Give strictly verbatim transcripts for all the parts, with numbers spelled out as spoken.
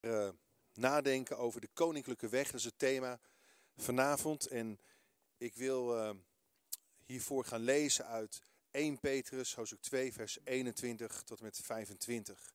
Uh, nadenken over de koninklijke weg, dat is het thema vanavond. En ik wil uh, hiervoor gaan lezen uit eerste Petrus, hoofdstuk twee, vers eenentwintig tot en met vijfentwintig.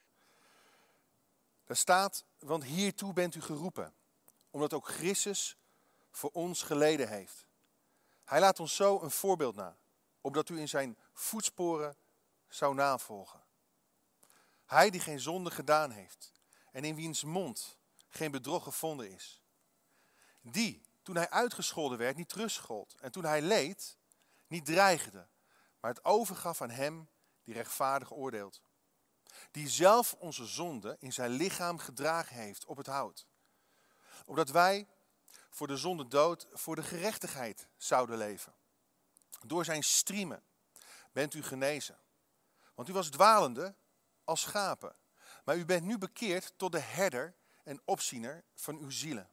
Daar staat, want hiertoe bent u geroepen, omdat ook Christus voor ons geleden heeft. Hij laat ons zo een voorbeeld na, opdat u in zijn voetsporen zou navolgen. Hij die geen zonde gedaan heeft en in wiens mond geen bedrog gevonden is. Die, toen hij uitgescholden werd, niet terugschold. En toen hij leed, niet dreigde, maar het overgaf aan hem die rechtvaardig oordeelt. Die zelf onze zonde in zijn lichaam gedragen heeft op het hout. Opdat wij voor de zonde dood, voor de gerechtigheid zouden leven. Door zijn striemen bent u genezen. Want u was dwalende als schapen. Maar u bent nu bekeerd tot de herder en opziener van uw zielen.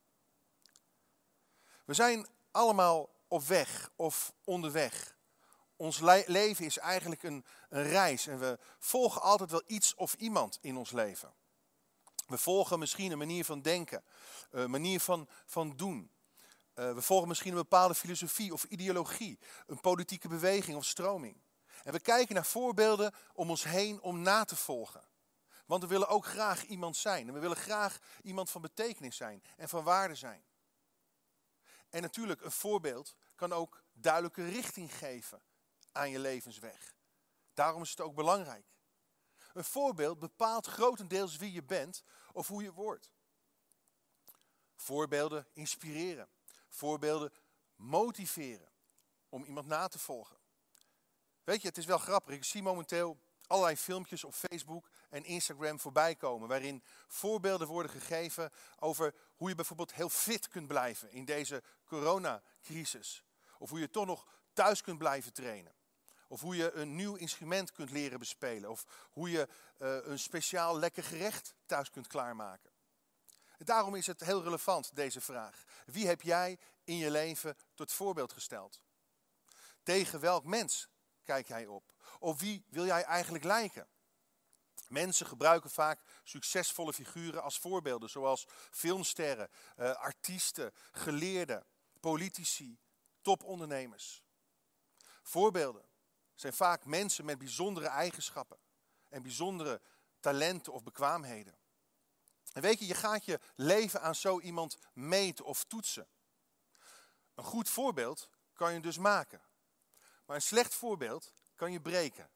We zijn allemaal op weg of onderweg. Ons le- leven is eigenlijk een, een reis en we volgen altijd wel iets of iemand in ons leven. We volgen misschien een manier van denken, een manier van, van doen. Uh, we volgen misschien een bepaalde filosofie of ideologie, een politieke beweging of stroming. En we kijken naar voorbeelden om ons heen om na te volgen. Want we willen ook graag iemand zijn. En we willen graag iemand van betekenis zijn en van waarde zijn. En natuurlijk, een voorbeeld kan ook duidelijke richting geven aan je levensweg. Daarom is het ook belangrijk. Een voorbeeld bepaalt grotendeels wie je bent of hoe je wordt. Voorbeelden inspireren. Voorbeelden motiveren om iemand na te volgen. Weet je, het is wel grappig. Ik zie momenteel allerlei filmpjes op Facebook en Instagram voorbij komen, waarin voorbeelden worden gegeven over hoe je bijvoorbeeld heel fit kunt blijven in deze coronacrisis. Of hoe je toch nog thuis kunt blijven trainen. Of hoe je een nieuw instrument kunt leren bespelen. Of hoe je uh, een speciaal lekker gerecht thuis kunt klaarmaken. En daarom is het heel relevant, deze vraag. Wie heb jij in je leven tot voorbeeld gesteld? Tegen welk mens kijk jij op? Op wie wil jij eigenlijk lijken? Mensen gebruiken vaak succesvolle figuren als voorbeelden, zoals filmsterren, uh, artiesten, geleerden, politici, topondernemers. Voorbeelden zijn vaak mensen met bijzondere eigenschappen en bijzondere talenten of bekwaamheden. En weet je, je gaat je leven aan zo iemand meten of toetsen. Een goed voorbeeld kan je dus maken. Maar een slecht voorbeeld kan je breken.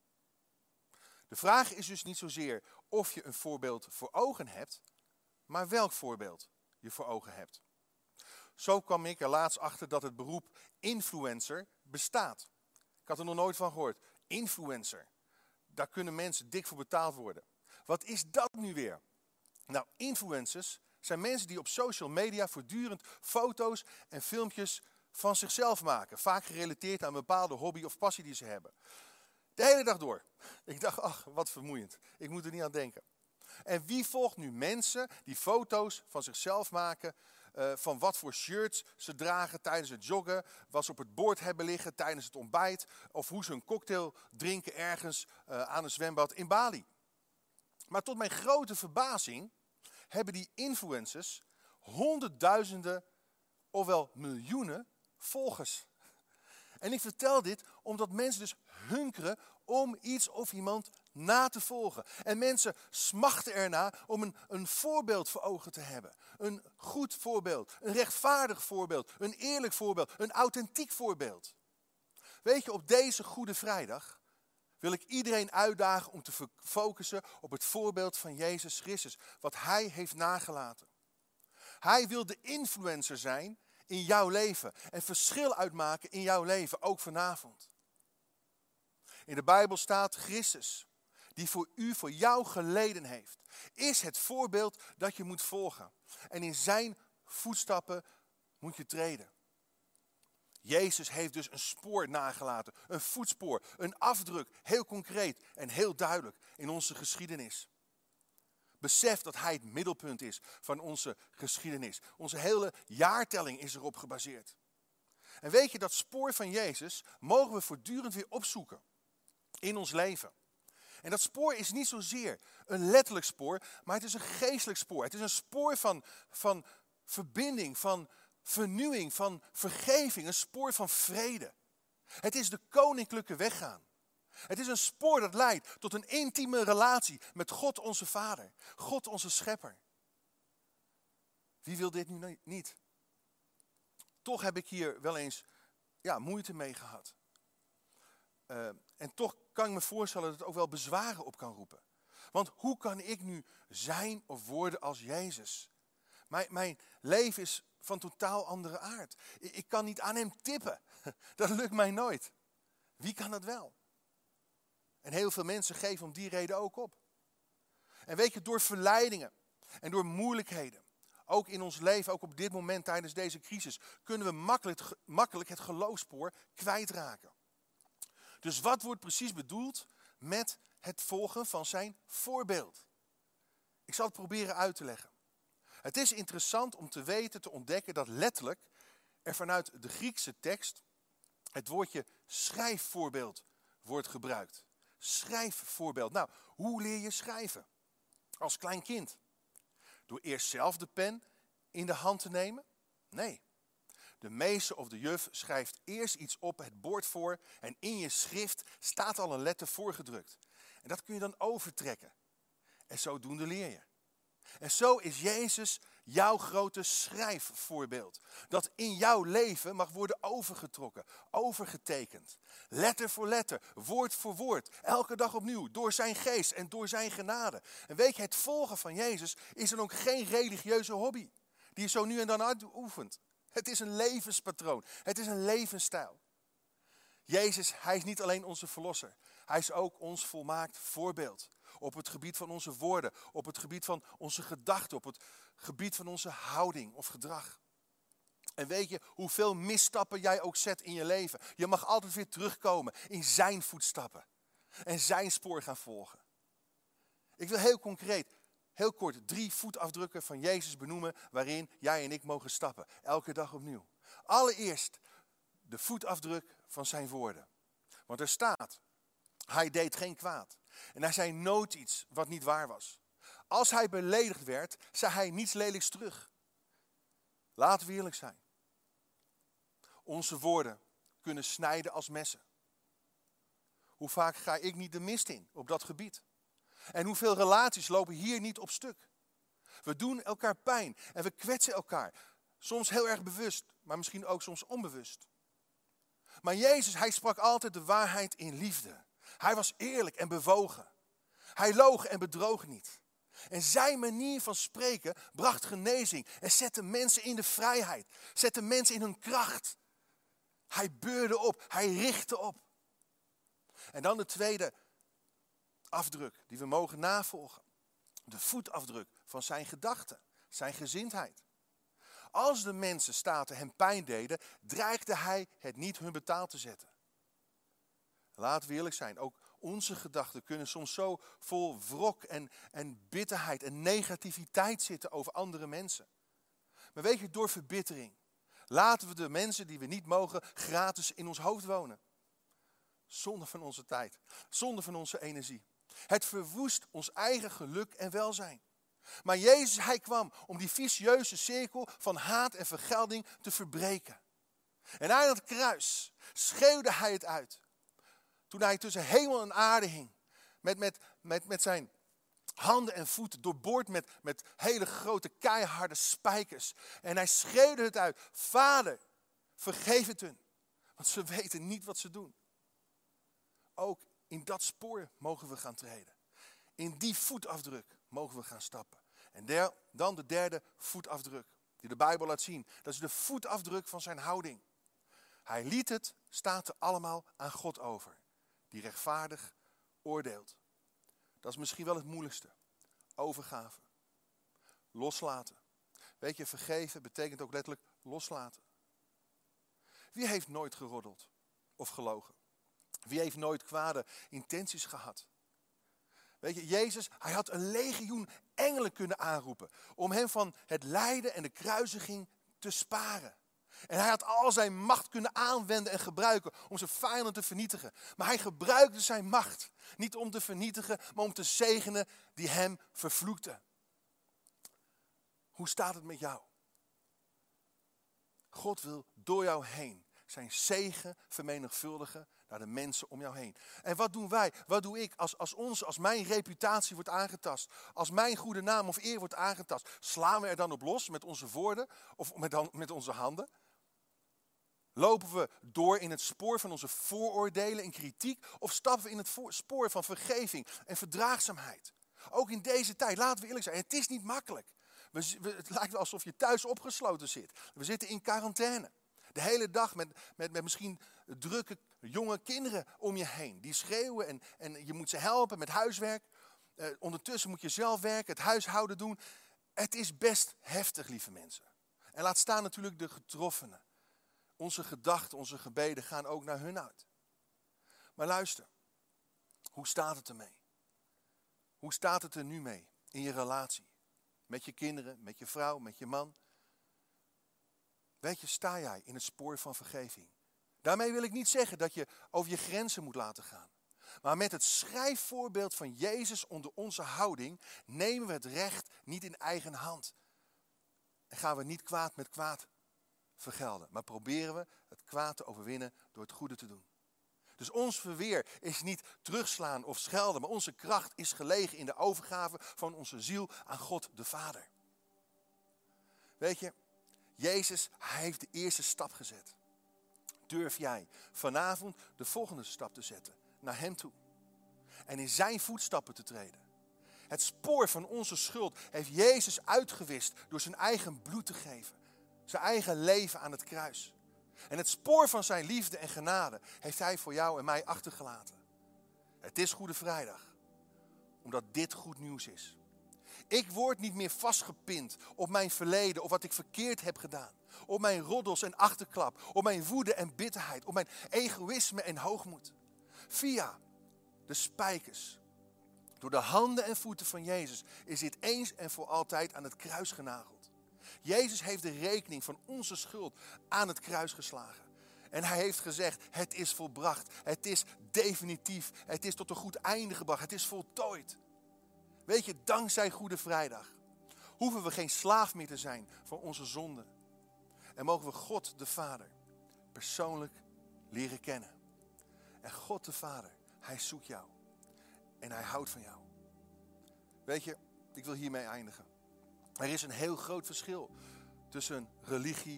De vraag is dus niet zozeer of je een voorbeeld voor ogen hebt, maar welk voorbeeld je voor ogen hebt. Zo kwam ik er laatst achter dat het beroep influencer bestaat. Ik had er nog nooit van gehoord. Influencer. Daar kunnen mensen dik voor betaald worden. Wat is dat nu weer? Nou, influencers zijn mensen die op social media voortdurend foto's en filmpjes van zichzelf maken. Vaak gerelateerd aan een bepaalde hobby of passie die ze hebben. De hele dag door. Ik dacht, ach, wat vermoeiend. Ik moet er niet aan denken. En wie volgt nu mensen die foto's van zichzelf maken, uh, van wat voor shirts ze dragen tijdens het joggen, wat ze op het bord hebben liggen tijdens het ontbijt, of hoe ze een cocktail drinken ergens uh, aan een zwembad in Bali. Maar tot mijn grote verbazing hebben die influencers honderdduizenden, ofwel miljoenen volgers. En ik vertel dit omdat mensen dus hunkeren om iets of iemand na te volgen. En mensen smachten erna om een, een voorbeeld voor ogen te hebben. Een goed voorbeeld, een rechtvaardig voorbeeld, een eerlijk voorbeeld, een authentiek voorbeeld. Weet je, op deze Goede Vrijdag wil ik iedereen uitdagen om te focussen op het voorbeeld van Jezus Christus. Wat hij heeft nagelaten. Hij wil de influencer zijn in jouw leven. En verschil uitmaken in jouw leven, ook vanavond. In de Bijbel staat Christus, die voor u, voor jou geleden heeft, is het voorbeeld dat je moet volgen. En in zijn voetstappen moet je treden. Jezus heeft dus een spoor nagelaten, een voetspoor, een afdruk, heel concreet en heel duidelijk in onze geschiedenis. Besef dat hij het middelpunt is van onze geschiedenis. Onze hele jaartelling is erop gebaseerd. En weet je, dat spoor van Jezus mogen we voortdurend weer opzoeken in ons leven. En dat spoor is niet zozeer een letterlijk spoor, maar het is een geestelijk spoor. Het is een spoor van, van verbinding, van vernieuwing, van vergeving, een spoor van vrede. Het is de koninklijke weg gaan. Het is een spoor dat leidt tot een intieme relatie met God onze Vader, God onze Schepper. Wie wil dit nu niet? Toch heb ik hier wel eens ja, moeite mee gehad. Uh, en toch kan ik me voorstellen dat het ook wel bezwaren op kan roepen. Want hoe kan ik nu zijn of worden als Jezus? Mijn, mijn leven is van totaal andere aard. Ik, ik kan niet aan hem tippen. Dat lukt mij nooit. Wie kan dat wel? En heel veel mensen geven om die reden ook op. En weet je, door verleidingen en door moeilijkheden, ook in ons leven, ook op dit moment tijdens deze crisis, kunnen we makkelijk, makkelijk het geloofspoor kwijtraken. Dus wat wordt precies bedoeld met het volgen van zijn voorbeeld? Ik zal het proberen uit te leggen. Het is interessant om te weten, te ontdekken dat letterlijk er vanuit de Griekse tekst het woordje schrijfvoorbeeld wordt gebruikt. Schrijfvoorbeeld. Nou, hoe leer je schrijven? Als klein kind. Door eerst zelf de pen in de hand te nemen? Nee. De meester of de juf schrijft eerst iets op het bord voor en in je schrift staat al een letter voorgedrukt. En dat kun je dan overtrekken. En zodoende leer je. En zo is Jezus jouw grote schrijfvoorbeeld. Dat in jouw leven mag worden overgetrokken, overgetekend. Letter voor letter, woord voor woord, elke dag opnieuw, door zijn geest en door zijn genade. En weet je, het volgen van Jezus is dan ook geen religieuze hobby, die je zo nu en dan uitoefent. Het is een levenspatroon, het is een levensstijl. Jezus, hij is niet alleen onze verlosser, hij is ook ons volmaakt voorbeeld. Op het gebied van onze woorden, op het gebied van onze gedachten, op het gebied van onze houding of gedrag. En weet je, hoeveel misstappen jij ook zet in je leven, je mag altijd weer terugkomen in zijn voetstappen. En zijn spoor gaan volgen. Ik wil heel concreet, heel kort, drie voetafdrukken van Jezus benoemen waarin jij en ik mogen stappen. Elke dag opnieuw. Allereerst de voetafdruk van zijn woorden. Want er staat, hij deed geen kwaad. En hij zei nooit iets wat niet waar was. Als hij beledigd werd, zei hij niets lelijks terug. Laten we eerlijk zijn. Onze woorden kunnen snijden als messen. Hoe vaak ga ik niet de mist in op dat gebied? En hoeveel relaties lopen hier niet op stuk? We doen elkaar pijn en we kwetsen elkaar. Soms heel erg bewust, maar misschien ook soms onbewust. Maar Jezus, hij sprak altijd de waarheid in liefde. Hij was eerlijk en bewogen. Hij loog en bedroog niet. En zijn manier van spreken bracht genezing en zette mensen in de vrijheid. Zette mensen in hun kracht. Hij beurde op, hij richtte op. En dan de tweede afdruk die we mogen navolgen. De voetafdruk van zijn gedachten, zijn gezindheid. Als de mensen staten hem pijn deden, dreigde hij het niet hun betaald te zetten. Laten we eerlijk zijn, ook onze gedachten kunnen soms zo vol wrok en, en bitterheid en negativiteit zitten over andere mensen. Maar weet je, door verbittering laten we de mensen die we niet mogen gratis in ons hoofd wonen. Zonde van onze tijd, zonde van onze energie. Het verwoest ons eigen geluk en welzijn. Maar Jezus, hij kwam om die vicieuze cirkel van haat en vergelding te verbreken. En aan het kruis schreeuwde hij het uit. Toen hij tussen hemel en aarde hing. Met, met, met, met zijn handen en voeten doorboord met, met hele grote keiharde spijkers. En hij schreeuwde het uit. Vader, vergeef het hun. Want ze weten niet wat ze doen. Ook in dat spoor mogen we gaan treden. In die voetafdruk mogen we gaan stappen. En der, dan de derde voetafdruk die de Bijbel laat zien. Dat is de voetafdruk van zijn houding. Hij liet het, staat er allemaal aan God over. Die rechtvaardig oordeelt. Dat is misschien wel het moeilijkste. Overgave. Loslaten. Weet je, vergeven betekent ook letterlijk loslaten. Wie heeft nooit geroddeld of gelogen? Wie heeft nooit kwade intenties gehad? Weet je, Jezus, hij had een legioen engelen kunnen aanroepen om hem van het lijden en de kruisiging te sparen. En hij had al zijn macht kunnen aanwenden en gebruiken om zijn vijanden te vernietigen. Maar hij gebruikte zijn macht niet om te vernietigen, maar om te zegenen die hem vervloekten. Hoe staat het met jou? God wil door jou heen zijn zegen vermenigvuldigen naar de mensen om jou heen. En wat doen wij? Wat doe ik als, als, ons, als mijn reputatie wordt aangetast? Als mijn goede naam of eer wordt aangetast? Slaan we er dan op los met onze woorden of met, dan, met onze handen? Lopen we door in het spoor van onze vooroordelen en kritiek? Of stappen we in het spoor van vergeving en verdraagzaamheid? Ook in deze tijd, laten we eerlijk zijn, het is niet makkelijk. We, we, het lijkt wel alsof je thuis opgesloten zit. We zitten in quarantaine. De hele dag met, met, met misschien drukke jonge kinderen om je heen. Die schreeuwen en, en je moet ze helpen met huiswerk. Uh, ondertussen moet je zelf werken, het huishouden doen. Het is best heftig, lieve mensen. En laat staan natuurlijk de getroffenen. Onze gedachten, onze gebeden gaan ook naar hun uit. Maar luister, hoe staat het ermee? Hoe staat het er nu mee in je relatie? Met je kinderen, met je vrouw, met je man. Weet je, sta jij in het spoor van vergeving? Daarmee wil ik niet zeggen dat je over je grenzen moet laten gaan. Maar met het schrijfvoorbeeld van Jezus onder onze houding nemen we het recht niet in eigen hand. En gaan we niet kwaad met kwaad vergelden. Maar proberen we het kwaad te overwinnen door het goede te doen. Dus ons verweer is niet terugslaan of schelden. Maar onze kracht is gelegen in de overgave van onze ziel aan God de Vader. Weet je, Jezus, hij heeft de eerste stap gezet. Durf jij vanavond de volgende stap te zetten naar hem toe. En in zijn voetstappen te treden. Het spoor van onze schuld heeft Jezus uitgewist door zijn eigen bloed te geven. Zijn eigen leven aan het kruis. En het spoor van zijn liefde en genade heeft hij voor jou en mij achtergelaten. Het is Goede Vrijdag. Omdat dit goed nieuws is. Ik word niet meer vastgepind op mijn verleden of wat ik verkeerd heb gedaan. Op mijn roddels en achterklap. Op mijn woede en bitterheid. Op mijn egoïsme en hoogmoed. Via de spijkers. Door de handen en voeten van Jezus is dit eens en voor altijd aan het kruis genageld. Jezus heeft de rekening van onze schuld aan het kruis geslagen. En hij heeft gezegd, het is volbracht. Het is definitief. Het is tot een goed einde gebracht. Het is voltooid. Weet je, dankzij Goede Vrijdag hoeven we geen slaaf meer te zijn van onze zonden. En mogen we God de Vader persoonlijk leren kennen. En God de Vader, hij zoekt jou. En hij houdt van jou. Weet je, ik wil hiermee eindigen. Er is een heel groot verschil tussen religie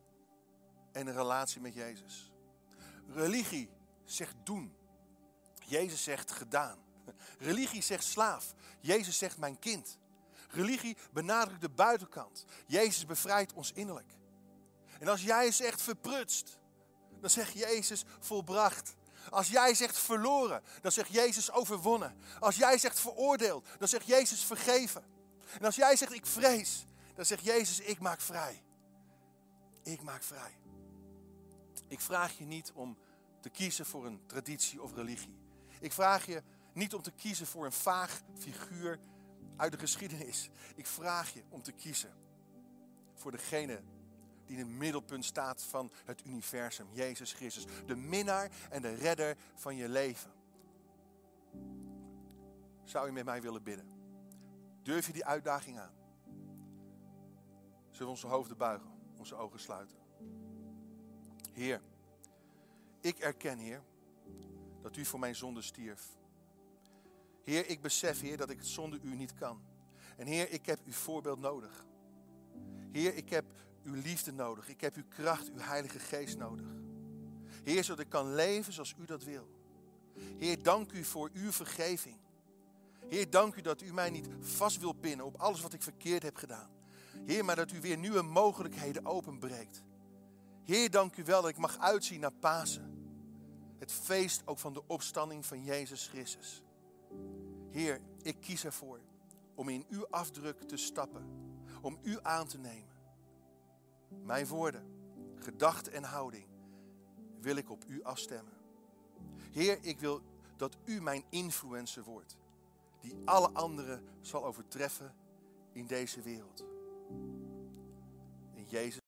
en een relatie met Jezus. Religie zegt doen. Jezus zegt gedaan. Religie zegt slaaf. Jezus zegt mijn kind. Religie benadrukt de buitenkant. Jezus bevrijdt ons innerlijk. En als jij zegt verprutst, dan zegt Jezus volbracht. Als jij zegt verloren, dan zegt Jezus overwonnen. Als jij zegt veroordeeld, dan zegt Jezus vergeven. En als jij zegt ik vrees, dan zegt Jezus ik maak vrij. Ik maak vrij. Ik vraag je niet om te kiezen voor een traditie of religie. Ik vraag je niet om te kiezen voor een vaag figuur uit de geschiedenis. Ik vraag je om te kiezen voor degene die in het middelpunt staat van het universum, Jezus Christus. De minnaar en de redder van je leven. Zou je met mij willen bidden? Durf je die uitdaging aan? Zullen we onze hoofden buigen, onze ogen sluiten? Heer, ik erken, Heer, dat u voor mijn zonde stierf. Heer, ik besef, Heer, dat ik het zonder u niet kan. En Heer, ik heb uw voorbeeld nodig. Heer, ik heb uw liefde nodig. Ik heb uw kracht, uw Heilige Geest nodig. Heer, zodat ik kan leven zoals u dat wil. Heer, dank u voor uw vergeving. Heer, dank u dat u mij niet vast wil pinnen op alles wat ik verkeerd heb gedaan. Heer, maar dat u weer nieuwe mogelijkheden openbreekt. Heer, dank u wel dat ik mag uitzien naar Pasen. Het feest ook van de opstanding van Jezus Christus. Heer, ik kies ervoor om in uw afdruk te stappen. Om u aan te nemen. Mijn woorden, gedachten en houding wil ik op u afstemmen. Heer, ik wil dat u mijn influencer wordt. Die alle anderen zal overtreffen in deze wereld. In Jezus.